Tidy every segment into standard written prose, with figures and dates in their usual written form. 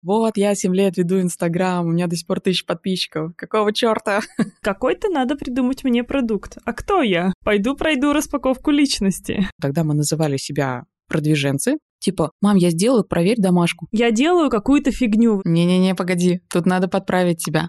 Вот, я 7 лет веду Инстаграм, у меня до сих пор 1000 подписчиков. Какого черта? Какой-то надо придумать мне продукт. А кто я? Пойду пройду распаковку личности. Тогда мы называли себя продвиженцы. Типа, мам, я сделаю, проверь домашку. Я делаю какую-то фигню. Не-не-не, погоди, тут надо подправить тебя.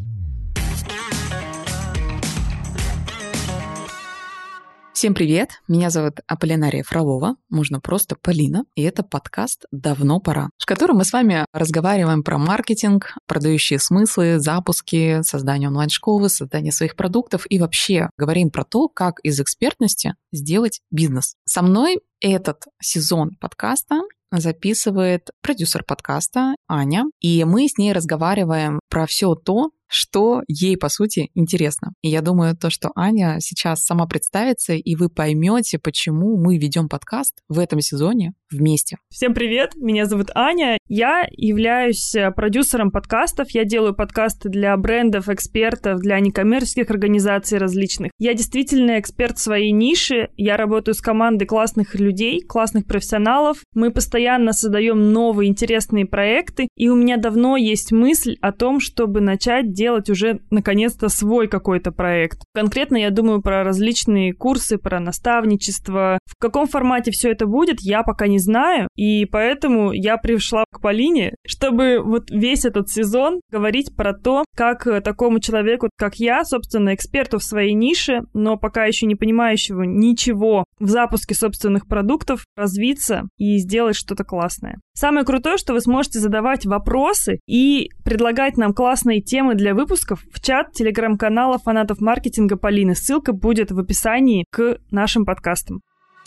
Всем привет, меня зовут Аполлинария Фролова, можно просто Полина, и это подкаст «Давно пора», в котором мы с вами разговариваем про маркетинг, продающие смыслы, запуски, создание онлайн-школы, создание своих продуктов и вообще говорим про то, как из экспертности сделать бизнес. Со мной этот сезон подкаста записывает продюсер подкаста Аня, и мы с ней разговариваем про все то, что ей, по сути, интересно. И я думаю, то, что Аня сейчас сама представится, и вы поймете, почему мы ведем подкаст в этом сезоне вместе. Всем привет, меня зовут Аня. Я являюсь продюсером подкастов. Я делаю подкасты для брендов, экспертов, для некоммерческих организаций различных. Я действительно эксперт в своей нише. Я работаю с командой классных людей, классных профессионалов. Мы постоянно создаем новые интересные проекты. И у меня давно есть мысль о том, чтобы начать делать уже наконец-то свой какой-то проект. Конкретно я думаю про различные курсы, про наставничество. В каком формате все это будет, я пока не знаю, и поэтому я пришла к Полине, чтобы вот весь этот сезон говорить про то, как такому человеку, как я, собственно, эксперту в своей нише, но пока еще не понимающего ничего в запуске собственных продуктов, развиться и сделать что-то классное. Самое крутое, что вы сможете задавать вопросы и предлагать нам классные темы для выпусков в чат телеграм-канала фанатов маркетинга Полины. Ссылка будет в описании к нашим подкастам.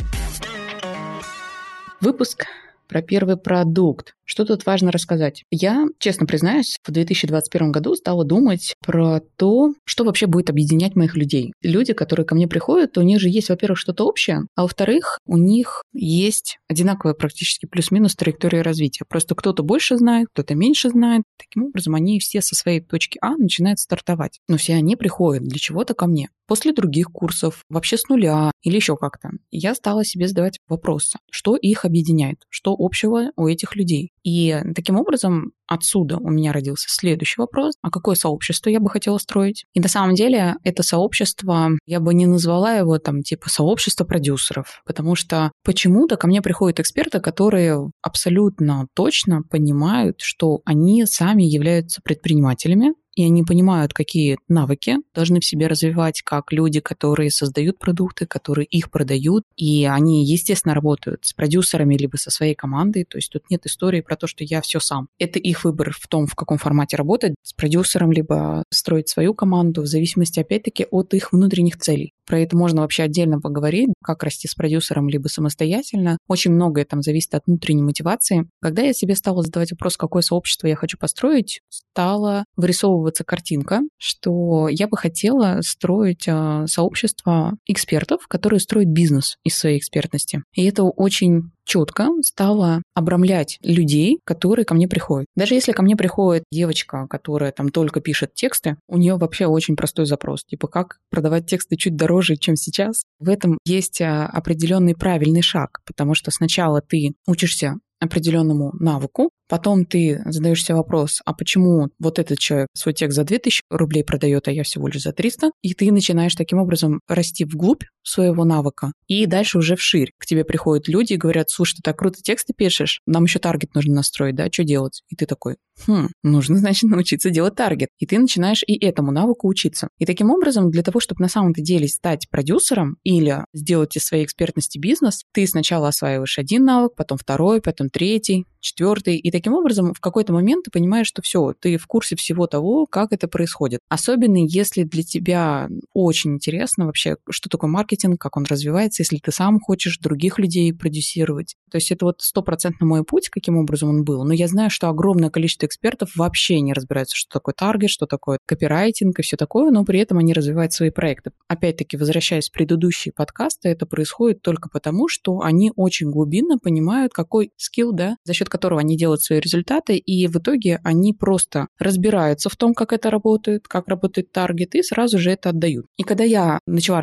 Выпуск про первый продукт. Что тут важно рассказать? Я, честно признаюсь, в 2021 году стала думать про то, что вообще будет объединять моих людей. Люди, которые ко мне приходят, у них же есть, во-первых, что-то общее, а во-вторых, у них есть одинаковая практически плюс-минус траектория развития. Просто кто-то больше знает, кто-то меньше знает. Таким образом, они все со своей точки А начинают стартовать. Но все они приходят для чего-то ко мне. После других курсов, вообще с нуля или еще как-то. Я стала себе задавать вопросы, что их объединяет, что общего у этих людей. И таким образом отсюда у меня родился следующий вопрос, а какое сообщество я бы хотела строить? И на самом деле это сообщество, я бы не назвала его там типа сообщество продюсеров, потому что почему-то ко мне приходят эксперты, которые абсолютно точно понимают, что они сами являются предпринимателями, и они понимают, какие навыки должны в себе развивать, как люди, которые создают продукты, которые их продают, и они, естественно, работают с продюсерами либо со своей командой, то есть тут нет истории про то, что я все сам. Это их выбор в том, в каком формате работать, с продюсером, либо строить свою команду, в зависимости, опять-таки, от их внутренних целей. Про это можно вообще отдельно поговорить, как расти с продюсером, либо самостоятельно. Очень многое там зависит от внутренней мотивации. Когда я себе стала задавать вопрос, какое сообщество я хочу построить, стала вырисовываться картинка, что я бы хотела строить сообщество экспертов, которые строят бизнес из своей экспертности. И это очень четко стало обрамлять людей, которые ко мне приходят. Даже если ко мне приходит девочка, которая там только пишет тексты, у нее вообще очень простой запрос, типа как продавать тексты чуть дороже, чем сейчас. В этом есть определенный правильный шаг, потому что сначала ты учишься определенному навыку, потом ты задаешься вопрос, а почему вот этот человек свой текст за 2000 рублей продает, а я всего лишь за 300, и ты начинаешь таким образом расти вглубь своего навыка, и дальше уже вширь. К тебе приходят люди и говорят, слушай, ты так круто тексты пишешь, нам еще таргет нужно настроить, да, что делать? И ты такой, нужно, значит, научиться делать таргет. И ты начинаешь и этому навыку учиться. И таким образом, для того, чтобы на самом-то деле стать продюсером или сделать из своей экспертности бизнес, ты сначала осваиваешь один навык, потом второй, потом третий, четвертый, и таким образом в какой-то момент ты понимаешь, что все, ты в курсе всего того, как это происходит. Особенно если для тебя очень интересно вообще, что такое маркетинг, как он развивается, если ты сам хочешь других людей продюсировать. То есть это вот 100% мой путь, каким образом он был. Но я знаю, что огромное количество экспертов вообще не разбираются, что такое таргет, что такое копирайтинг и все такое, но при этом они развивают свои проекты. Опять-таки, возвращаясь в предыдущие подкасты, это происходит только потому, что они очень глубинно понимают, какой скилл, да, за счет которого они делают свои результаты, и в итоге они просто разбираются в том, как это работает, как работает таргет, и сразу же это отдают. И когда я начала расти,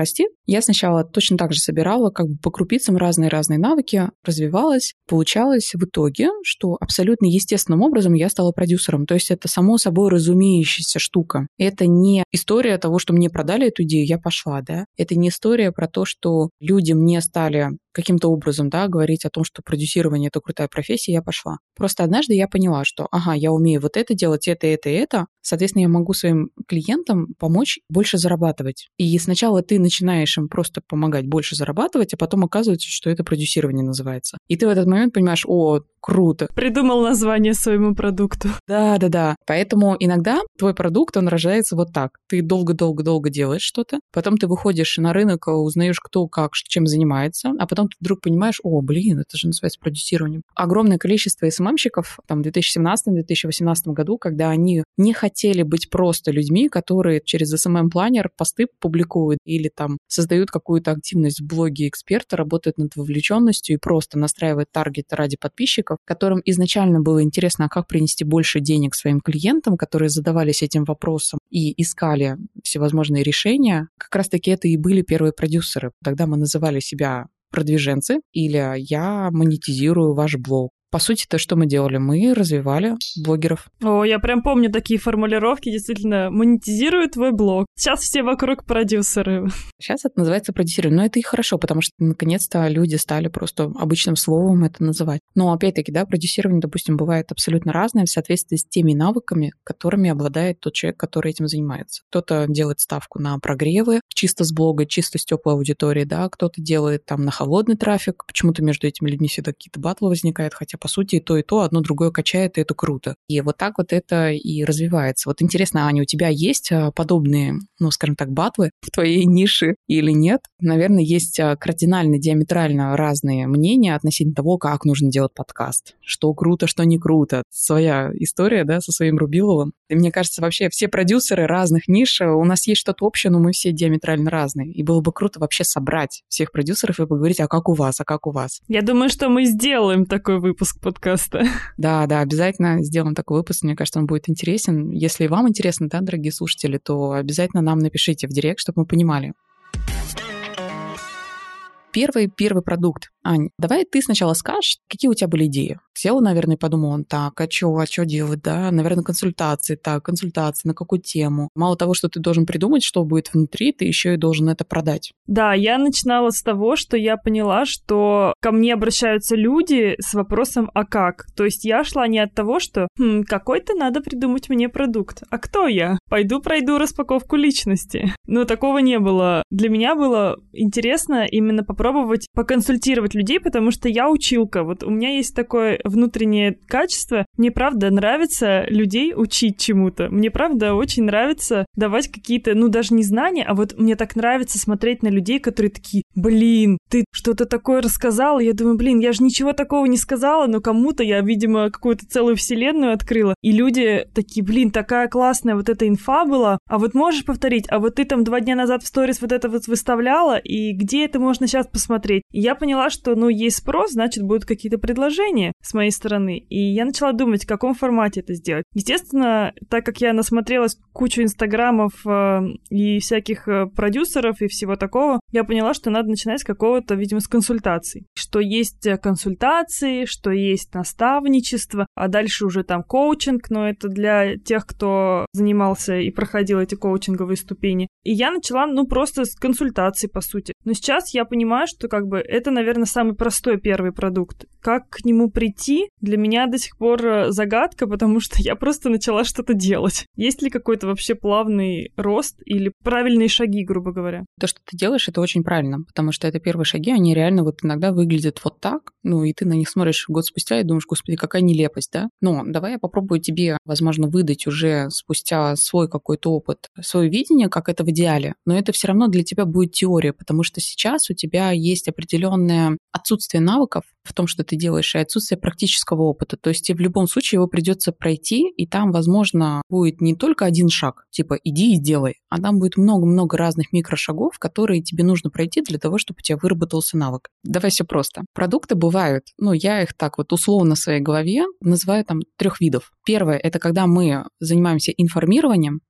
Я сначала точно так же собирала как бы по крупицам разные-разные навыки, развивалась. Получалось в итоге, что абсолютно естественным образом я стала продюсером. То есть это само собой разумеющаяся штука. Это не история того, что мне продали эту идею, я пошла, да. Это не история про то, что люди мне стали каким-то образом, да, говорить о том, что продюсирование — это крутая профессия, я пошла. Просто однажды я поняла, что, ага, я умею вот это делать, это, и это. Соответственно, я могу своим клиентам помочь больше зарабатывать. И сначала ты начинаешь им просто помогать больше зарабатывать, а потом оказывается, что это продюсирование называется. И ты в этот момент понимаешь, о, круто. Придумал название своему продукту. Да. Поэтому иногда твой продукт, он рождается вот так. Ты долго-долго-долго делаешь что-то, потом ты выходишь на рынок, узнаешь, кто как, чем занимается, а потом ты вдруг понимаешь, о, блин, это же называется продюсированием. Огромное количество СММщиков там, в 2017-2018 году, когда они не хотели быть просто людьми, которые через SMM-планер посты публикуют или там создают какую-то активность в блоге эксперта, работают над вовлеченностью и просто настраивают таргет ради подписчиков, которым изначально было интересно, а как принести больше денег своим клиентам, которые задавались этим вопросом и искали всевозможные решения. Как раз-таки это и были первые продюсеры. Тогда мы называли себя продвиженцы или я монетизирую ваш блог. По сути, то, что мы делали, мы развивали блогеров. О, я прям помню такие формулировки, действительно, монетизирую твой блог. Сейчас все вокруг продюсеры. Сейчас это называется продюсирование, но это и хорошо, потому что, наконец-то, люди стали просто обычным словом это называть. Но, опять-таки, да, продюсирование, допустим, бывает абсолютно разное в соответствии с теми навыками, которыми обладает тот человек, который этим занимается. Кто-то делает ставку на прогревы, чисто с блога, чисто с теплой аудитории, да, кто-то делает там на холодный трафик. Почему-то между этими людьми всегда какие-то батлы возникают, хотя, по сути, и то, одно другое качает, и это круто. И вот так вот это и развивается. Вот интересно, Аня, у тебя есть подобные, ну, скажем так, батлы в твоей нише или нет? Наверное, есть кардинально, диаметрально разные мнения относительно того, как нужно делать подкаст. Что круто, что не круто. Своя история, да, со своим Рубиловым. И мне кажется, вообще все продюсеры разных ниш, у нас есть что-то общее, но мы все диаметрально разные. И было бы круто вообще собрать всех продюсеров и поговорить, а как у вас, а как у вас. Я думаю, что мы сделаем такой выпуск подкаста. Да, обязательно сделаем такой выпуск. Мне кажется, он будет интересен. Если и вам интересно, да, дорогие слушатели, то обязательно нам напишите в директ, чтобы мы понимали. Первый продукт. Ань, давай ты сначала скажешь, какие у тебя были идеи. Села, наверное, и подумала, так, а что делать, да? Наверное, консультации, на какую тему? Мало того, что ты должен придумать, что будет внутри, ты еще и должен это продать. Да, я начинала с того, что я поняла, что ко мне обращаются люди с вопросом «а как?». То есть я шла не от того, что какой-то надо придумать мне продукт. А кто я? Пойду пройду распаковку личности. Но такого не было. Для меня было интересно именно попробовать поконсультировать людей, потому что я училка. Вот у меня есть такое внутреннее качество. Мне, правда, нравится людей учить чему-то. Мне, правда, очень нравится давать какие-то, даже не знания, а вот мне так нравится смотреть на людей, которые такие, блин, ты что-то такое рассказал. Я думаю, блин, я же ничего такого не сказала, но кому-то я, видимо, какую-то целую вселенную открыла. И люди такие, блин, такая классная вот эта инфа была, а вот можешь повторить? А вот ты там 2 дня назад в сторис вот это вот выставляла, и где это можно сейчас посмотреть? И я поняла, что, есть спрос, значит, будут какие-то предложения с моей стороны. И я начала думать, в каком формате это сделать. Естественно, так как я насмотрелась кучу инстаграмов и всяких продюсеров и всего такого, я поняла, что надо начинать с какого-то, видимо, с консультаций. Что есть консультации, что есть наставничество, а дальше уже там коучинг, но это для тех, кто занимался и проходил эти коучинговые ступени. И я начала, просто с консультаций, по сути. Но сейчас я понимаю, что это, наверное, самый простой первый продукт. Как к нему прийти, для меня до сих пор загадка, потому что я просто начала что-то делать. Есть ли какой-то вообще плавный рост или правильные шаги, грубо говоря? То, что ты делаешь, это очень правильно, потому что это первые шаги, они реально вот иногда выглядят вот так, и ты на них смотришь год спустя и думаешь, господи, какая нелепость, да? Но давай я попробую тебе, возможно, выдать уже спустя свой какой-то опыт, свое видение, как это в идеале, но это все равно для тебя будет теория, потому что сейчас у тебя есть определенное отсутствие навыков в том, что ты делаешь, и отсутствие практического опыта. То есть тебе в любом случае его придется пройти, и там, возможно, будет не только один шаг, типа иди и делай, а там будет много-много разных микрошагов, которые тебе нужно пройти для того, чтобы у тебя выработался навык. Давай все просто. Продукты бывают, я их так вот условно в своей голове называю там 3 видов. Первое — это когда мы занимаемся информированием,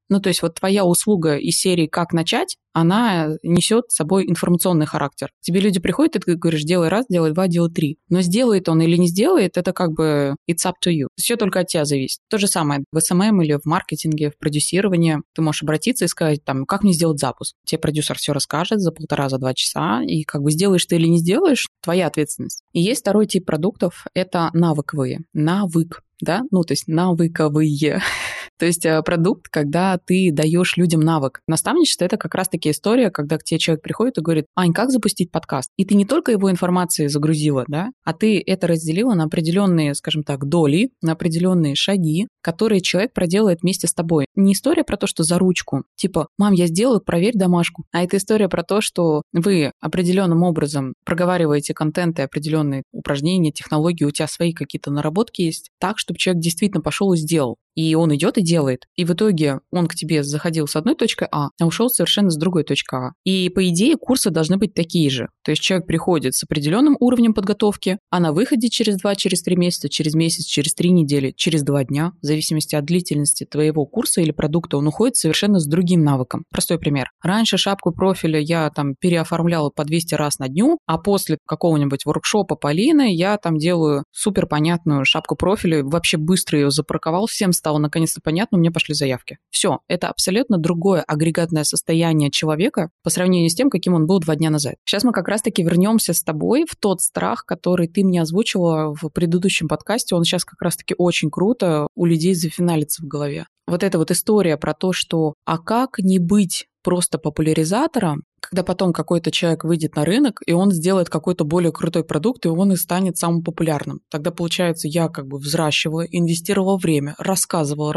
Ну, то есть вот твоя услуга из серии «Как начать», она несет с собой информационный характер. Тебе люди приходят, и ты говоришь, делай раз, делай два, делай три. Но сделает он или не сделает, это как бы it's up to you. Все только от тебя зависит. То же самое в SMM или в маркетинге, в продюсировании. Ты можешь обратиться и сказать, там, как мне сделать запуск. Тебе продюсер все расскажет за 1,5-2 часа, и как бы сделаешь ты или не сделаешь, твоя ответственность. И есть второй тип продуктов, это навыковые. Навык, да? Ну, то есть навыковые. То есть продукт, когда ты даешь людям навык. Наставничество — это как раз-таки история, когда к тебе человек приходит и говорит, Ань, как запустить подкаст? И ты не только его информацией загрузила, да, а ты это разделила на определенные, скажем так, доли, на определенные шаги, которые человек проделает вместе с тобой. Не история про то, что за ручку, типа, мам, я сделаю, проверь домашку, а это история про то, что вы определенным образом проговариваете контент и определенные упражнения, технологии, у тебя свои какие-то наработки есть, так, чтобы человек действительно пошел и сделал. И он идет и делает. И в итоге он к тебе заходил с одной точкой А ушел совершенно с другой точки А. И по идее курсы должны быть такие же. То есть человек приходит с определенным уровнем подготовки, а на выходе через 2, через 3 месяца, через месяц, через 3 недели, через 2 дня, в зависимости от длительности твоего курса или продукта, он уходит совершенно с другим навыком. Простой пример. Раньше шапку профиля я там переоформляла по 200 раз на дню, а после какого-нибудь воркшопа Полины я там делаю супер понятную шапку профиля, вообще быстро ее запаковал, всем стало наконец-то понятно, у меня пошли заявки. Все, это абсолютно другое агрегатное состояние человека по сравнению с тем, каким он был 2 дня назад. Сейчас мы как раз-таки вернемся с тобой в тот страх, который ты мне озвучила в предыдущем подкасте. Он сейчас как раз-таки очень круто у людей зафиналится в голове. Вот эта вот история про то, что а как не быть просто популяризатором, когда потом какой-то человек выйдет на рынок, и он сделает какой-то более крутой продукт, и он и станет самым популярным. Тогда, получается, я как бы взращивала, инвестировала время, рассказывала,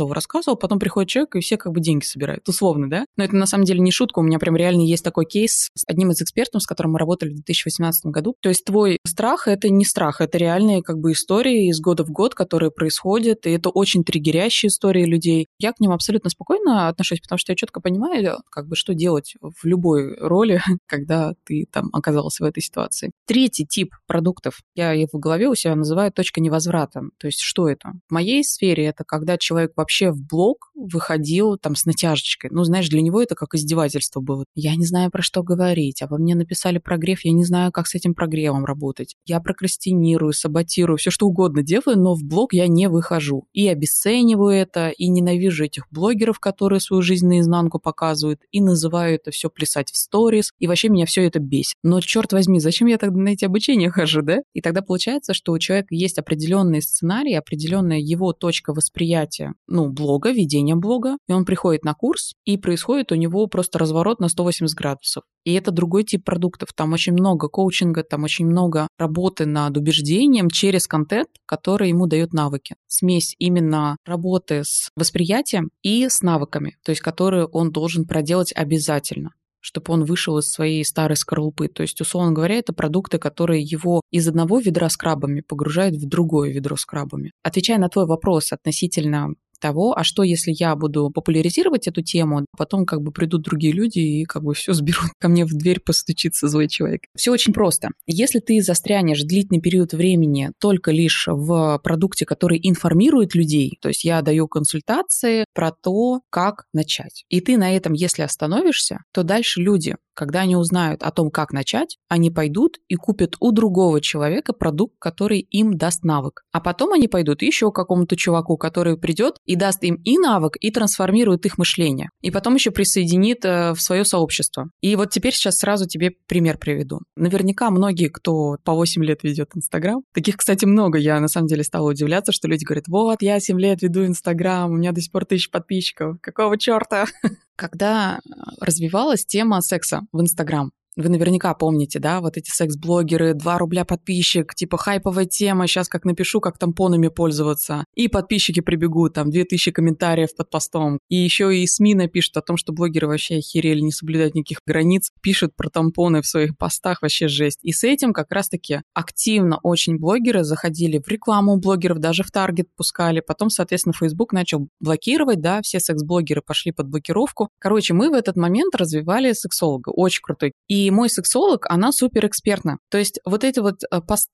потом приходит человек, и все как бы деньги собирают. Условно, да? Но это на самом деле не шутка, у меня прям реально есть такой кейс с одним из экспертов, с которым мы работали в 2018 году. То есть твой страх — это не страх, это реальные как бы истории из года в год, которые происходят, и это очень триггерящие истории людей. Я к ним абсолютно спокойно отношусь, потому что я четко понимаю, как бы, что делать в любой роли, когда ты там оказался в этой ситуации. Третий тип продуктов, я его в голове у себя называю точка невозврата. То есть что это? В моей сфере это когда человек вообще в блог выходил там с натяжечкой. Ну, знаешь, для него это как издевательство было. Я не знаю, про что говорить, а вы мне написали прогрев, я не знаю, как с этим прогревом работать. Я прокрастинирую, саботирую, все что угодно делаю, но в блог я не выхожу. И обесцениваю это, и ненавижу этих блогеров, которые свою жизнь наизнанку показывают, и называю это все плясать в сторис, и вообще меня все это бесит. Но, черт возьми, зачем я тогда на эти обучения хожу, да? И тогда получается, что у человека есть определенный сценарий, определенная его точка восприятия, блога, ведения блога, и он приходит на курс, и происходит у него просто разворот на 180 градусов. И это другой тип продуктов. Там очень много коучинга, там очень много работы над убеждением через контент, который ему дает навыки. Смесь именно работы с восприятием и с навыками, то есть которые он должен проделать обязательно, чтобы он вышел из своей старой скорлупы. То есть, условно говоря, это продукты, которые его из одного ведра с крабами погружают в другое ведро с крабами. Отвечая на твой вопрос относительно того, а что, если я буду популяризировать эту тему, потом как бы придут другие люди и как бы все сберут, ко мне в дверь постучится злой человек. Все очень просто. Если ты застрянешь длительный период времени только лишь в продукте, который информирует людей, то есть я даю консультации про то, как начать, и ты на этом, если остановишься, то дальше люди, когда они узнают о том, как начать, они пойдут и купят у другого человека продукт, который им даст навык. А потом они пойдут еще к какому-то чуваку, который придет и даст им и навык, и трансформирует их мышление. И потом еще присоединит в свое сообщество. И вот теперь сейчас сразу тебе пример приведу. Наверняка многие, кто по 8 лет ведет Инстаграм, таких, кстати, много, я на самом деле стала удивляться, что люди говорят, вот, я 7 лет веду Инстаграм, у меня до сих пор 1000 подписчиков. Какого черта? Когда развивалась тема секса в Инстаграм, вы наверняка помните, да, вот эти секс-блогеры, 2 рубля подписчик, типа хайповая тема, сейчас как напишу, как тампонами пользоваться. И подписчики прибегут, там 2000 комментариев под постом. И еще и СМИ напишут о том, что блогеры вообще охерели, не соблюдают никаких границ, пишут про тампоны в своих постах, вообще жесть. И с этим как раз-таки активно очень блогеры заходили в рекламу блогеров, даже в таргет пускали. Потом, соответственно, Facebook начал блокировать, да, все секс-блогеры пошли под блокировку. Короче, мы в этот момент развивали сексолога, очень крутой. И мой сексолог, она суперэкспертна. То есть вот эти вот посты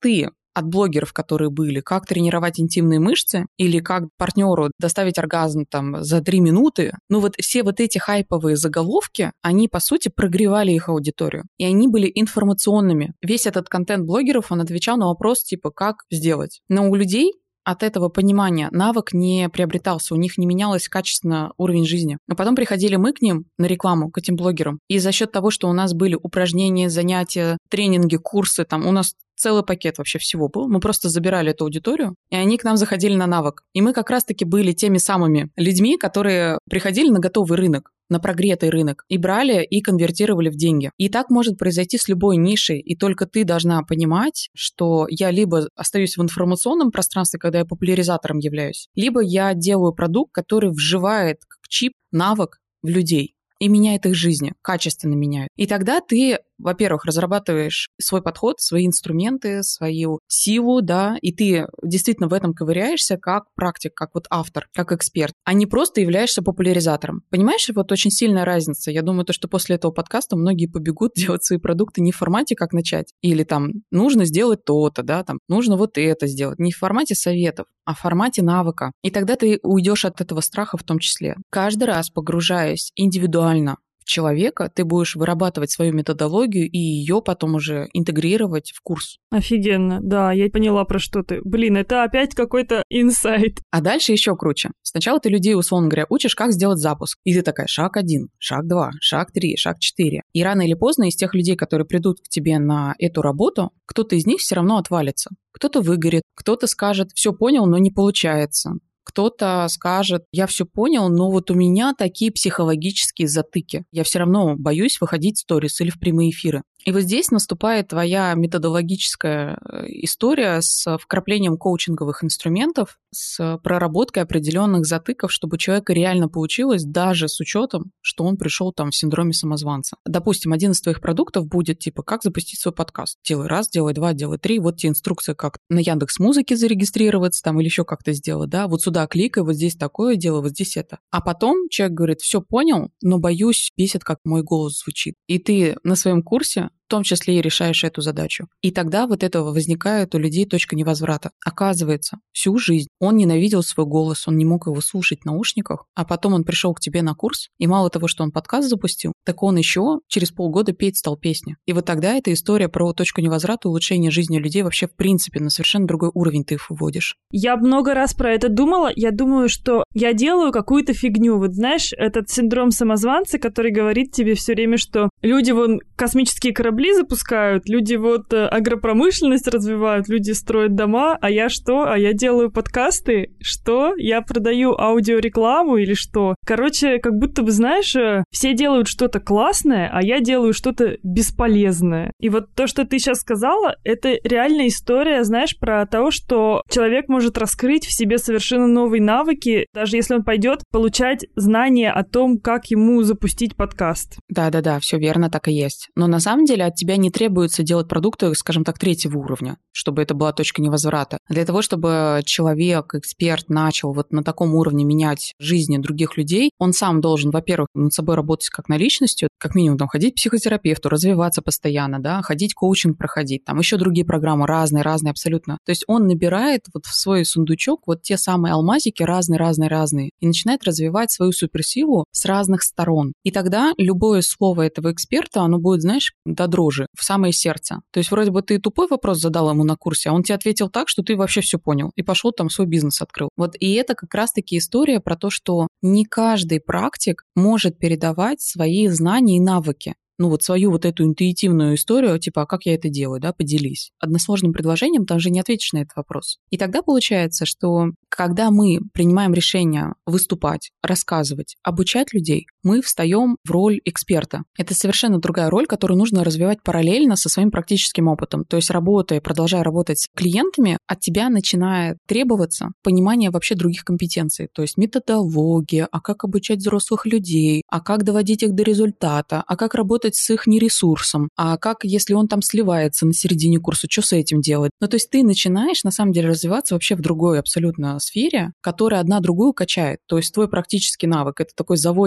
от блогеров, которые были, как тренировать интимные мышцы или как партнеру доставить оргазм там за 3 минуты. Ну вот все вот эти хайповые заголовки, они, по сути, прогревали их аудиторию. И они были информационными. Весь этот контент блогеров, он отвечал на вопрос типа «как сделать?». Но у людей от этого понимания навык не приобретался, у них не менялось качественно уровень жизни. Но потом приходили мы к ним на рекламу, к этим блогерам, и за счет того, что у нас были упражнения, занятия, тренинги, курсы, там у нас целый пакет вообще всего был. Мы просто забирали эту аудиторию, и они к нам заходили на навык. И мы как раз-таки были теми самыми людьми, которые приходили на готовый рынок, на прогретый рынок, и брали, и конвертировали в деньги. И так может произойти с любой нишей, и только ты должна понимать, что я либо остаюсь в информационном пространстве, когда я популяризатором являюсь, либо я делаю продукт, который вживает как чип навык в людей и меняет их жизни, качественно меняет. И тогда ты, во-первых, разрабатываешь свой подход, свои инструменты, свою силу, да, и ты действительно в этом ковыряешься как практик, как вот автор, как эксперт, а не просто являешься популяризатором. Понимаешь, вот очень сильная разница. Я думаю, что после этого подкаста многие побегут делать свои продукты не в формате «как начать», или там «нужно сделать то-то», да, там «нужно вот это сделать», не в формате советов, а в формате навыка. И тогда ты уйдешь от этого страха в том числе. Каждый раз погружаясь индивидуально в человека, ты будешь вырабатывать свою методологию и ее потом уже интегрировать в курс. Офигенно, да, я поняла, про что ты. Блин, это опять какой-то инсайт. А дальше еще круче. Сначала ты людей, условно говоря, учишь, как сделать запуск. И ты такая, шаг 1, шаг 2, шаг 3, шаг 4. И рано или поздно из тех людей, которые придут к тебе на эту работу, кто-то из них все равно отвалится. Кто-то выгорит, кто-то скажет, все понял, но не получается. Кто-то скажет, я все понял, но вот у меня такие психологические затыки. Я все равно боюсь выходить в сторис или в прямые эфиры. И вот здесь наступает твоя методологическая история с вкраплением коучинговых инструментов, с проработкой определенных затыков, чтобы у человека реально получилось, даже с учетом, что он пришел там в синдроме самозванца. Допустим, один из твоих продуктов будет типа, как запустить свой подкаст. Делай раз, делай два, делай три. Вот тебе инструкция, как на Яндекс.Музыке зарегистрироваться там или еще как-то сделать, да, вот сюда кликай, вот здесь такое дело, вот здесь это. А потом человек говорит, все понял, но боюсь, бесит, как мой голос звучит. И ты на своем курсе в том числе и решаешь эту задачу. И тогда вот этого возникает у людей точка невозврата. Оказывается, всю жизнь он ненавидел свой голос, он не мог его слушать в наушниках, а потом он пришел к тебе на курс, и мало того, что он подкаст запустил, так он еще через полгода петь стал песни. И вот тогда эта история про точку невозврата, улучшение жизни людей вообще в принципе на совершенно другой уровень ты их выводишь. Я много раз про это думала. Я думаю, что я делаю какую-то фигню. Вот знаешь, этот синдром самозванца, который говорит тебе все время, что люди вон космические корабли запускают, люди вот агропромышленность развивают, люди строят дома, а я что? А я делаю подкасты? Что? Я продаю аудиорекламу или что? Короче, как будто бы, знаешь, все делают что-то классное, а я делаю что-то бесполезное. И вот то, что ты сейчас сказала, это реальная история, знаешь, про то, что человек может раскрыть в себе совершенно новые навыки, даже если он пойдет получать знания о том, как ему запустить подкаст. Да-да-да, все верно, так и есть. Но на самом деле от тебя не требуется делать продукты, скажем так, третьего уровня, чтобы это была точка невозврата. Для того, чтобы человек, эксперт начал вот на таком уровне менять жизни других людей, он сам должен, во-первых, над собой работать как над личностью, как минимум там ходить к психотерапевту, развиваться постоянно, да, ходить коучинг проходить, там еще другие программы разные абсолютно. То есть он набирает вот в свой сундучок вот те самые алмазики разные и начинает развивать свою суперсилу с разных сторон. И тогда любое слово этого эксперта, оно будет, знаешь, до дрожи, в самое сердце. То есть вроде бы ты тупой вопрос задал ему на курсе, а он тебе ответил так, что ты вообще все понял и пошел там свой бизнес открыл. Вот и это как раз-таки история про то, что не каждый практик может передавать свои знания и навыки. Ну вот свою вот эту интуитивную историю, типа, а как я это делаю, да, поделись. Односложным предложением там же не ответишь на этот вопрос. И тогда получается, что когда мы принимаем решение выступать, рассказывать, обучать людей, мы встаем в роль эксперта. Это совершенно другая роль, которую нужно развивать параллельно со своим практическим опытом. То есть работая, продолжая работать с клиентами, от тебя начинает требоваться понимание вообще других компетенций. То есть методология, а как обучать взрослых людей, а как доводить их до результата, а как работать с их нересурсом, а как, если он там сливается на середине курса, что с этим делать? Ну, то есть ты начинаешь, на самом деле, развиваться вообще в другой абсолютно сфере, которая одна другую качает. То есть твой практический навык — это такой заводик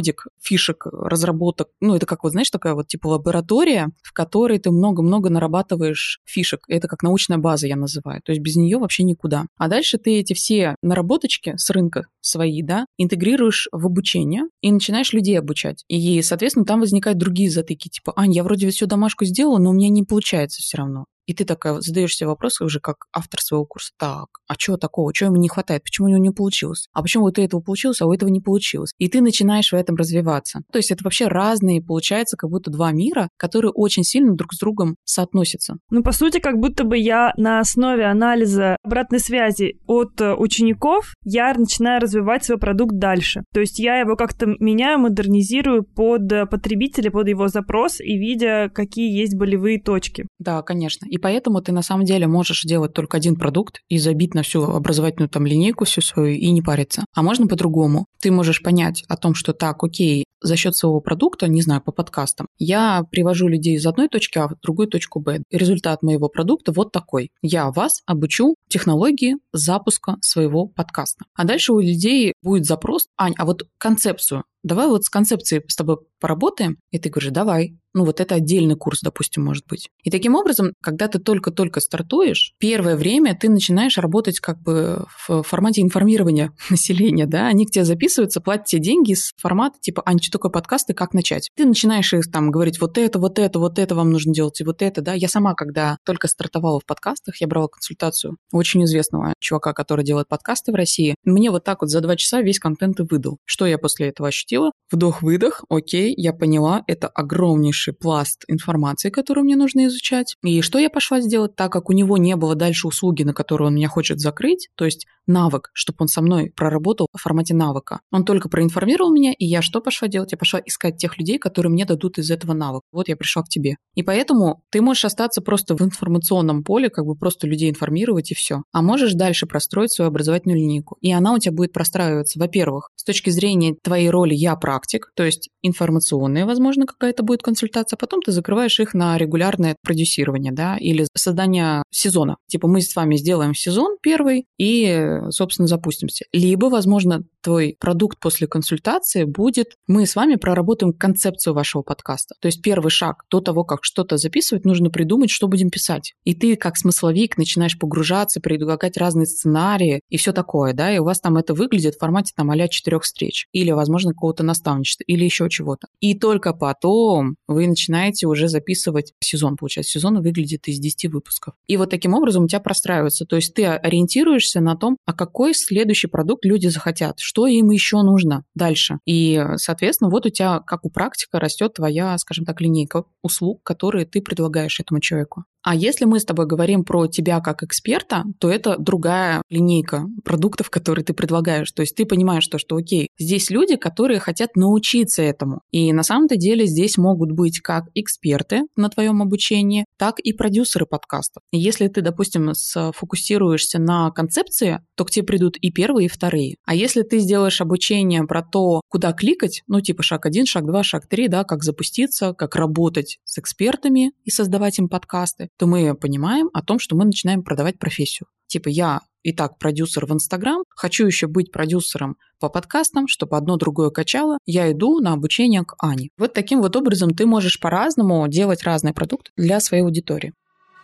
фишек, разработок. Ну, это как, вот знаешь, такая вот типа лаборатория, в которой ты много-много нарабатываешь фишек. Это как научная база, я называю. То есть без нее вообще никуда. А дальше ты эти все наработочки с рынка свои, да, интегрируешь в обучение и начинаешь людей обучать. И, соответственно, там возникают другие затыки, типа, Ань, я вроде всю домашку сделала, но у меня не получается все равно. И ты такая задаешь себе вопросы уже как автор своего курса. Так, а чего такого? Чего ему не хватает? Почему у него не получилось? А почему вот у этого получилось, а у этого не получилось? И ты начинаешь в этом развиваться. То есть это вообще разные, получается, как будто два мира, которые очень сильно друг с другом соотносятся. Ну, по сути, как будто бы я на основе анализа обратной связи от учеников, я начинаю развивать свой продукт дальше. То есть я его как-то меняю, модернизирую под потребителя, под его запрос и видя, какие есть болевые точки. Да, конечно. И поэтому ты на самом деле можешь делать только один продукт и забить на всю образовательную там линейку всю свою и не париться. А можно по-другому. Ты можешь понять о том, что так, окей, за счет своего продукта, не знаю, по подкастам, я привожу людей из одной точки А в другую точку Б. Результат моего продукта вот такой. Я вас обучу технологии запуска своего подкаста. А дальше у людей будет запрос: Ань, а вот концепцию, давай вот с концепцией с тобой поработаем. И ты говоришь, давай. Ну вот это отдельный курс, допустим, может быть. И таким образом, когда ты только-только стартуешь, первое время ты начинаешь работать как бы в формате информирования населения, да, они к тебе записываются, платят тебе деньги с формата типа, Ань, что такое подкаст и как начать? Ты начинаешь их там говорить, вот это вам нужно делать, и вот это, да. Я сама, когда только стартовала в подкастах, я брала консультацию у очень известного чувака, который делает подкасты в России. Мне вот так вот за 2 часа весь контент и выдал. Что я после этого ощутила? Вдох-выдох, окей, я поняла, это огромнейший пласт информации, которую мне нужно изучать. И что я пошла сделать, так как у него не было дальше услуги, на которую он меня хочет закрыть, то есть навык, чтобы он со мной проработал в формате навыка. Он только проинформировал меня, и я что пошла делать? Я пошла искать тех людей, которые мне дадут из этого навык. Вот я пришла к тебе. И поэтому ты можешь остаться просто в информационном поле, как бы просто людей информировать и все. А можешь дальше простроить свою образовательную линейку. И она у тебя будет простраиваться, во-первых, с точки зрения твоей роли «я практик», то есть информационная, возможно, какая-то будет консультация, а потом ты закрываешь их на регулярное продюсирование, да, или создание сезона. Типа мы с вами сделаем сезон первый и, собственно, запустимся. Либо, возможно, твой продукт после консультации будет, мы с вами проработаем концепцию вашего подкаста. То есть первый шаг до того, как что-то записывать, нужно придумать, что будем писать. И ты, как смысловик, начинаешь погружаться, предлагать разные сценарии и все такое, да, и у вас там это выглядит в формате там а-ля 4 встреч. Или, возможно, какого-то наставничества, или еще чего-то. И только потом вы начинаете уже записывать сезон, получается. Сезон выглядит из 10 выпусков. И вот таким образом у тебя простраивается. То есть ты ориентируешься на том, а какой следующий продукт люди захотят, что им еще нужно дальше. И, соответственно, вот у тебя, как у практика, растет твоя, скажем так, линейка услуг, которые ты предлагаешь этому человеку. А если мы с тобой говорим про тебя как эксперта, то это другая линейка продуктов, которые ты предлагаешь. То есть ты понимаешь, что окей, здесь люди, которые хотят научиться этому. И на самом-то деле здесь могут быть как эксперты на твоем обучении, так и продюсеры подкастов. И если ты, допустим, сфокусируешься на концепции, то к тебе придут и первые, и вторые. А если ты сделаешь обучение про то, куда кликать, ну типа шаг 1, шаг 2, шаг 3, да, как запуститься, как работать с экспертами и создавать им подкасты, то мы понимаем о том, что мы начинаем продавать профессию. Типа я и так продюсер в Инстаграм, хочу еще быть продюсером по подкастам, чтобы одно другое качало, я иду на обучение к Ане. Вот таким вот образом ты можешь по-разному делать разные продукты для своей аудитории.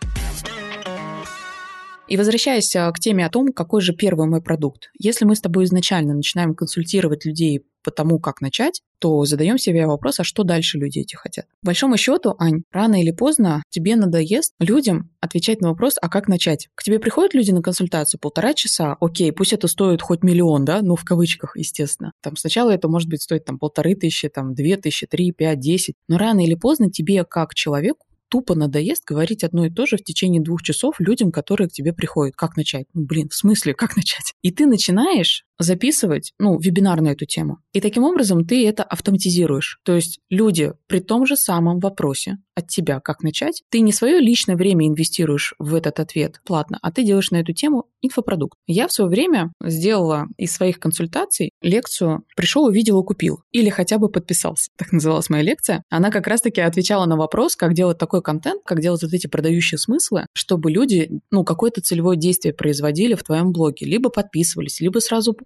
И возвращаясь к теме о том, какой же первый мой продукт. Если мы с тобой изначально начинаем консультировать людей по тому, как начать, то задаем себе вопрос, а что дальше люди эти хотят. По большому счету, Ань, рано или поздно тебе надоест людям отвечать на вопрос, а как начать. К тебе приходят люди на консультацию 1,5 часа, окей, пусть это стоит хоть 1 000 000, да, ну в кавычках, естественно. Там сначала это может быть стоит там 1500, там 2000, 3, 5, 10, но рано или поздно тебе как человеку тупо надоест говорить одно и то же в течение 2 часов людям, которые к тебе приходят. Как начать? Ну, блин, в смысле, как начать? И ты начинаешь записывать, вебинар на эту тему. И таким образом ты это автоматизируешь. То есть люди при том же самом вопросе от тебя, как начать, ты не свое личное время инвестируешь в этот ответ платно, а ты делаешь на эту тему инфопродукт. Я в свое время сделала из своих консультаций лекцию «Пришел, увидел и купил». Или хотя бы подписался. Так называлась моя лекция. Она как раз-таки отвечала на вопрос, как делать такой контент, как делать вот эти продающие смыслы, чтобы люди, какое-то целевое действие производили в твоем блоге. Либо подписывались, либо сразу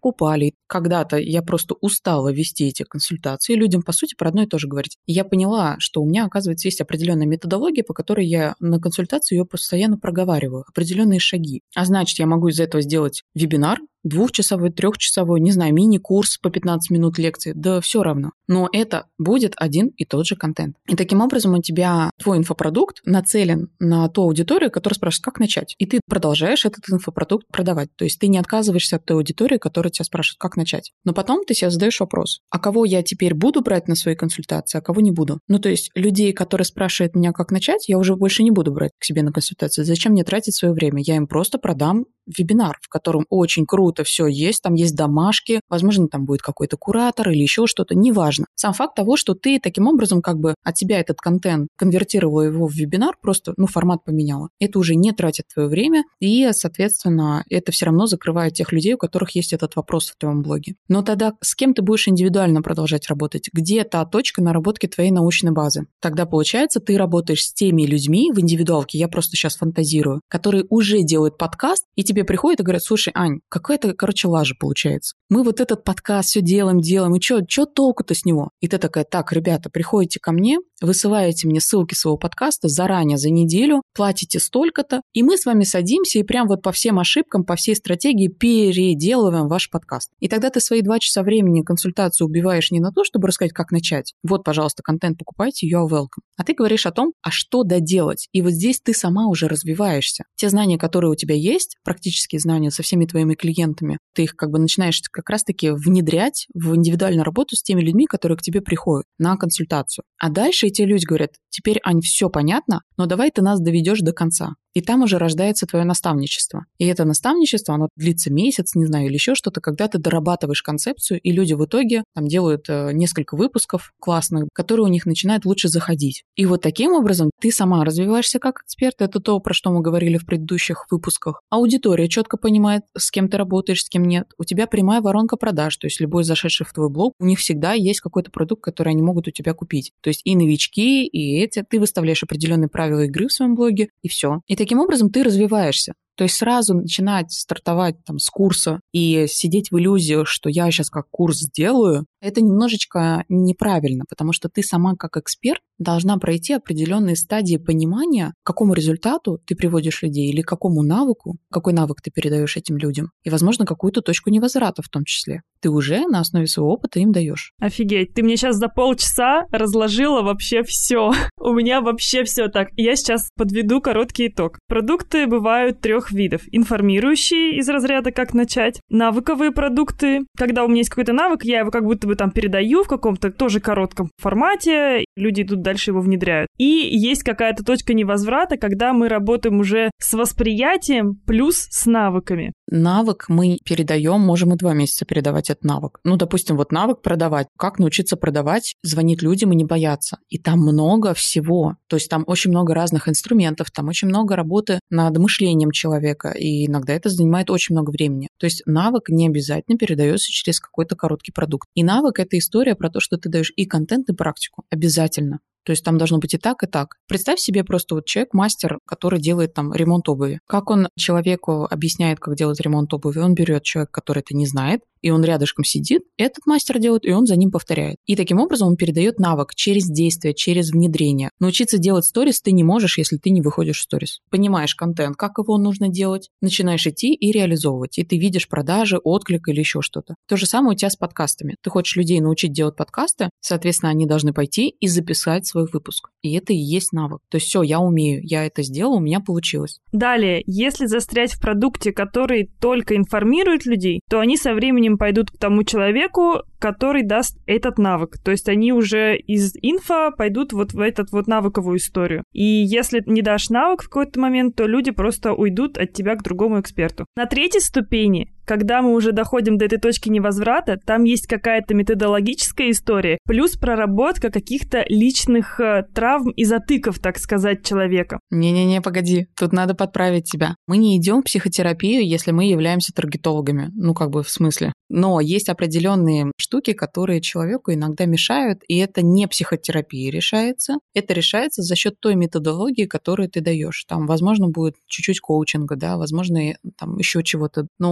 покупали. Когда-то я просто устала вести эти консультации, людям, по сути, про одно и то же говорить. И я поняла, что у меня, оказывается, есть определенная методология, по которой я на консультацию ее постоянно проговариваю, определенные шаги. А значит, я могу из этого сделать вебинар, 2-часовой, 3-часовой, не знаю, мини-курс по 15 минут лекции, да все равно. Но это будет один и тот же контент. И таким образом у тебя твой инфопродукт нацелен на ту аудиторию, которая спрашивает, как начать. И ты продолжаешь этот инфопродукт продавать. То есть ты не отказываешься от той аудитории, которая тебя спрашивает, как начать. Но потом ты себе задаешь вопрос, а кого я теперь буду брать на свои консультации, а кого не буду. Ну, то есть людей, которые спрашивают меня, как начать, я уже больше не буду брать к себе на консультации. Зачем мне тратить свое время? Я им просто продам вебинар, в котором очень круто все есть, там есть домашки, возможно, там будет какой-то куратор или еще что-то, неважно. Сам факт того, что ты таким образом как бы от себя этот контент конвертировала его в вебинар, просто, формат поменяла. Это уже не тратит твое время, и, соответственно, это все равно закрывает тех людей, у которых есть этот вопрос в твоем блоге. Но тогда с кем ты будешь индивидуально продолжать работать? Где та точка наработки твоей научной базы? Тогда, получается, ты работаешь с теми людьми в индивидуалке, я просто сейчас фантазирую, которые уже делают подкаст, и тебе приходят и говорят, слушай, Ань, какая-то, лажа получается. Мы вот этот подкаст все делаем, и что толку-то с него? И ты такая, так, ребята, приходите ко мне, высылаете мне ссылки своего подкаста заранее, за неделю, платите столько-то, и мы с вами садимся и прям вот по всем ошибкам, по всей стратегии переделываем ваш подкаст. И тогда ты свои 2 часа времени консультацию убиваешь не на то, чтобы рассказать, как начать. Вот, пожалуйста, контент покупайте, you are welcome. А ты говоришь о том, а что доделать. И вот здесь ты сама уже развиваешься. Те знания, которые у тебя есть, практические знания со всеми твоими клиентами, ты их как бы начинаешь как раз-таки внедрять в индивидуальную работу с теми людьми, которые к тебе приходят на консультацию. А дальше эти люди говорят, теперь, Ань, все понятно, но давай ты нас доведешь до конца. И там уже рождается твое наставничество. И это наставничество, оно длится месяц, не знаю, или еще что-то, когда ты дорабатываешь концепцию, и люди в итоге там делают несколько выпусков классных, которые у них начинают лучше заходить. И вот таким образом ты сама развиваешься как эксперт, это то, про что мы говорили в предыдущих выпусках. Аудитория четко понимает, с кем ты работаешь, с кем нет. У тебя прямая воронка продаж, то есть любой зашедший в твой блог, у них всегда есть какой-то продукт, который они могут у тебя купить. То есть и новички, и эти. Ты выставляешь определенные правила игры в своем блоге, и все. И таким образом ты развиваешься. То есть сразу начинать стартовать там с курса и сидеть в иллюзии, что я сейчас как курс сделаю, это немножечко неправильно, потому что ты сама как эксперт должна пройти определенные стадии понимания, к какому результату ты приводишь людей или к какому навыку, какой навык ты передаешь этим людям, и, возможно, какую-то точку невозврата в том числе. Ты уже на основе своего опыта им даешь. Офигеть, ты мне сейчас за полчаса разложила вообще все. У меня вообще все так. Я сейчас подведу короткий итог. Продукты бывают 3 видов. Информирующие из разряда «как начать», навыковые продукты. Когда у меня есть какой-то навык, я его как будто бы там передаю в каком-то тоже коротком формате, люди идут дальше его внедряют. И есть какая-то точка невозврата, когда мы работаем уже с восприятием плюс с навыками. Навык мы передаем, можем и 2 месяца передавать этот навык. Допустим, вот навык продавать. Как научиться продавать, звонить людям и не бояться. И там много всего. То есть там очень много разных инструментов, там очень много работы над мышлением человека, и иногда это занимает очень много времени. То есть навык не обязательно передается через какой-то короткий продукт. И навык — это история про то, что ты даешь и контент, и практику. Обязательно. То есть там должно быть и так, и так. Представь себе просто вот человек-мастер, который делает там ремонт обуви. Как он человеку объясняет, как делать ремонт обуви? Он берет человека, который это не знает, и он рядышком сидит, этот мастер делает, и он за ним повторяет. И таким образом он передает навык через действие, через внедрение. Научиться делать сторис ты не можешь, если ты не выходишь в сторис. Понимаешь контент, как его нужно делать, начинаешь идти и реализовывать. И ты видишь продажи, отклик или еще что-то. То же самое у тебя с подкастами. Ты хочешь людей научить делать подкасты, соответственно, они должны пойти и записать свой выпуск. И это и есть навык. То есть все, я умею, я это сделал, у меня получилось. Далее, если застрять в продукте, который только информирует людей, то они со временем пойдут к тому человеку, который даст этот навык. То есть они уже из инфо пойдут вот в этот вот навыковую историю. И если не дашь навык в какой-то момент, то люди просто уйдут от тебя к другому эксперту. На 3-й ступени, когда мы уже доходим до этой точки невозврата, там есть какая-то методологическая история, плюс проработка каких-то личных травм и затыков, так сказать, человека. Не-не-не, погоди, тут надо подправить тебя. Мы не идем в психотерапию, если мы являемся таргетологами. В смысле. Но есть определенные штуки, которые человеку иногда мешают, и это не психотерапией решается. Это решается за счет той методологии, которую ты даешь. Там, возможно, будет чуть-чуть коучинга, да, возможно, там еще чего-то. Но за счет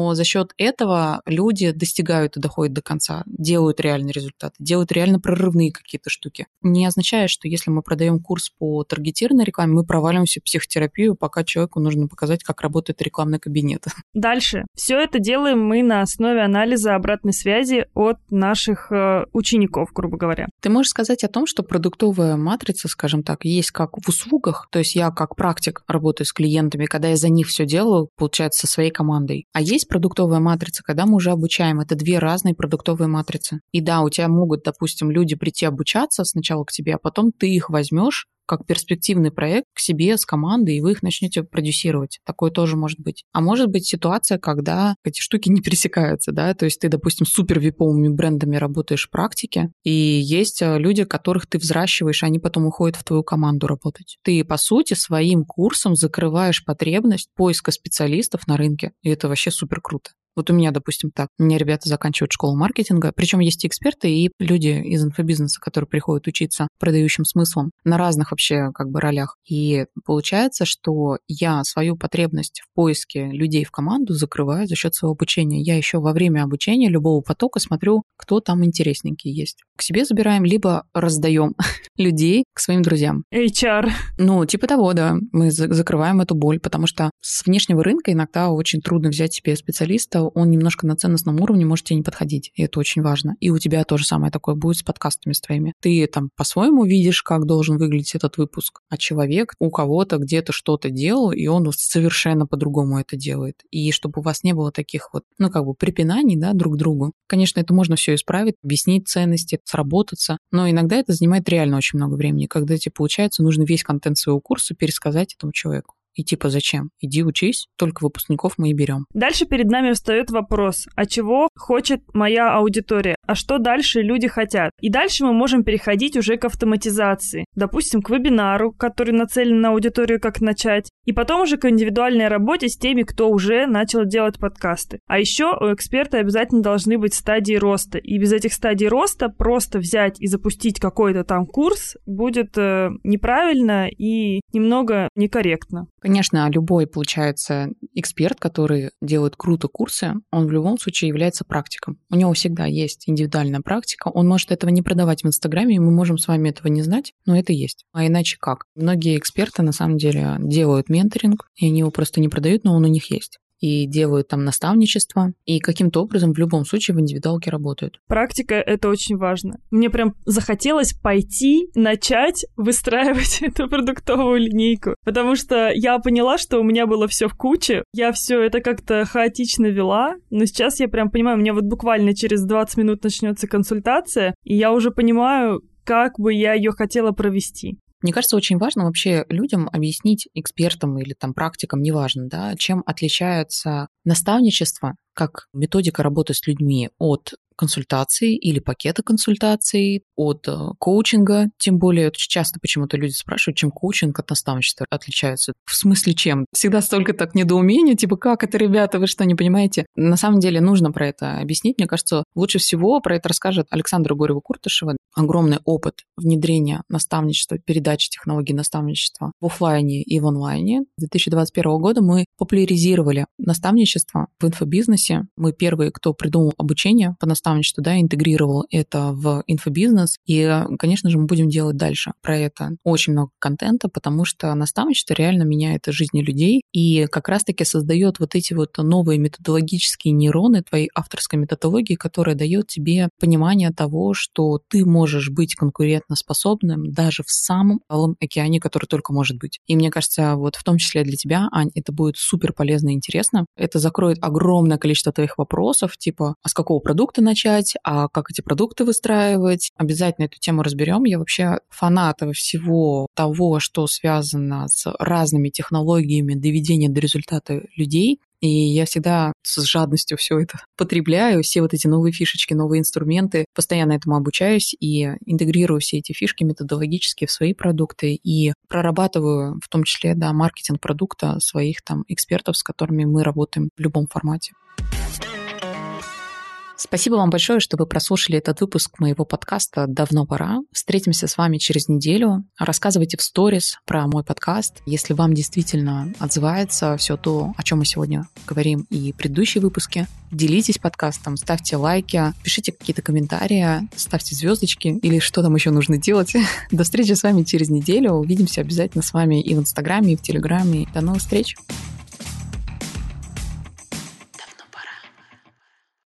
счет этого люди достигают и доходят до конца, делают реальные результаты, делают реально прорывные какие-то штуки. Не означает, что если мы продаем курс по таргетированной рекламе, мы проваливаемся в психотерапию, пока человеку нужно показать, как работает рекламный кабинет. Дальше. Все это делаем мы на основе анализа обратной связи от наших учеников, грубо говоря. Ты можешь сказать о том, что продуктовая матрица, скажем так, есть как в услугах, то есть я как практик работаю с клиентами, когда я за них все делаю, получается, со своей командой. А есть продуктовая матрица, когда мы уже обучаем. Это две разные продуктовые матрицы. И да, у тебя могут, допустим, люди прийти обучаться сначала к тебе, а потом ты их возьмешь как перспективный проект к себе с командой, и вы их начнете продюсировать. Такое тоже может быть. А может быть ситуация, когда эти штуки не пересекаются, да, то есть ты, допустим, с супер виповыми брендами работаешь в практике, и есть люди, которых ты взращиваешь, они потом уходят в твою команду работать. Ты, по сути, своим курсом закрываешь потребность поиска специалистов на рынке, и это вообще супер круто. Вот у меня, допустим, так. У меня ребята заканчивают школу маркетинга, причем есть и эксперты, и люди из инфобизнеса, которые приходят учиться продающим смыслом на разных вообще как бы ролях. И получается, что я свою потребность в поиске людей в команду закрываю за счет своего обучения. Я еще во время обучения любого потока смотрю, кто там интересненький есть. К себе забираем, либо раздаем людей к своим друзьям. HR. Ну, типа того, да. Мы закрываем эту боль, потому что с внешнего рынка иногда очень трудно взять себе специалиста, он немножко на ценностном уровне может тебе не подходить, и это очень важно. И у тебя то же самое такое будет с подкастами с твоими. Ты там по-своему видишь, как должен выглядеть этот выпуск, а человек у кого-то где-то что-то делал, и он совершенно по-другому это делает. И чтобы у вас не было таких вот, ну, как бы препинаний, да, друг к другу. Конечно, это можно все исправить, объяснить ценности, сработаться, но иногда это занимает реально очень много времени, когда тебе, получается, нужно весь контент своего курса пересказать этому человеку. И типа зачем? Иди учись, только выпускников мы и берем. Дальше перед нами встает вопрос, а чего хочет моя аудитория? А что дальше люди хотят? И дальше мы можем переходить уже к автоматизации. Допустим, к вебинару, который нацелен на аудиторию «Как начать». И потом уже к индивидуальной работе с теми, кто уже начал делать подкасты. А еще у эксперта обязательно должны быть стадии роста. И без этих стадий роста просто взять и запустить какой-то там курс будет неправильно и немного некорректно. Конечно, любой, получается, эксперт, который делает круто курсы, он в любом случае является практиком. У него всегда есть индивидуальная практика. Он может этого не продавать в Инстаграме, и мы можем с вами этого не знать, но это есть. А иначе как? Многие эксперты, на самом деле, делают менторинг, и они его просто не продают, но он у них есть. И делают там наставничество, и каким-то образом в любом случае в индивидуалке работают. Практика — это очень важно. Мне прям захотелось пойти, начать выстраивать эту продуктовую линейку, потому что я поняла, что у меня было все в куче, я все это как-то хаотично вела, но сейчас я прям понимаю, у меня вот буквально через 20 минут начнется консультация, и я уже понимаю, как бы я ее хотела провести. Мне кажется, очень важно вообще людям объяснить, экспертам или там практикам, неважно, да, чем отличается наставничество как методика работы с людьми от консультации или пакета консультаций, от коучинга, тем более очень часто почему-то люди спрашивают, чем коучинг от наставничества отличается. В смысле чем? Всегда столько так недоумения, типа как это, ребята, вы что, не понимаете? На самом деле нужно про это объяснить. Мне кажется, лучше всего про это расскажет Александра Горева-Куртышева. Огромный опыт внедрения наставничества, передачи технологий наставничества в офлайне и в онлайне. С 2021 года мы популяризировали наставничество в инфобизнесе. Мы первые, кто придумал обучение по наставничеству, да, интегрировал это в инфобизнес. И, конечно же, мы будем делать дальше про это очень много контента, потому что наставничество реально меняет жизни людей и как раз-таки создает вот эти вот новые методологические нейроны твоей авторской методологии, которая дает тебе понимание того, что ты можешь быть конкурентоспособным даже в самом малом океане, который только может быть. И мне кажется, вот в том числе для тебя, Ань, это будет супер полезно и интересно. Это закроет огромное количество твоих вопросов, типа, а с какого продукта начать, а как эти продукты выстраивать. Обязательно эту тему разберем. Я вообще фанат всего того, что связано с разными технологиями доведения до результата людей. И я всегда с жадностью все это потребляю, все вот эти новые фишечки, новые инструменты, постоянно этому обучаюсь и интегрирую все эти фишки методологически в свои продукты и прорабатываю в том числе, да, маркетинг продукта своих там экспертов, с которыми мы работаем в любом формате. Спасибо вам большое, что вы прослушали этот выпуск моего подкаста «Давно пора». Встретимся с вами через неделю. Рассказывайте в сторис про мой подкаст. Если вам действительно отзывается все то, о чем мы сегодня говорим, и предыдущие выпуски, делитесь подкастом, ставьте лайки, пишите какие-то комментарии, ставьте звездочки или что там еще нужно делать. До встречи с вами через неделю. Увидимся обязательно с вами и в Инстаграме, и в Телеграме. До новых встреч!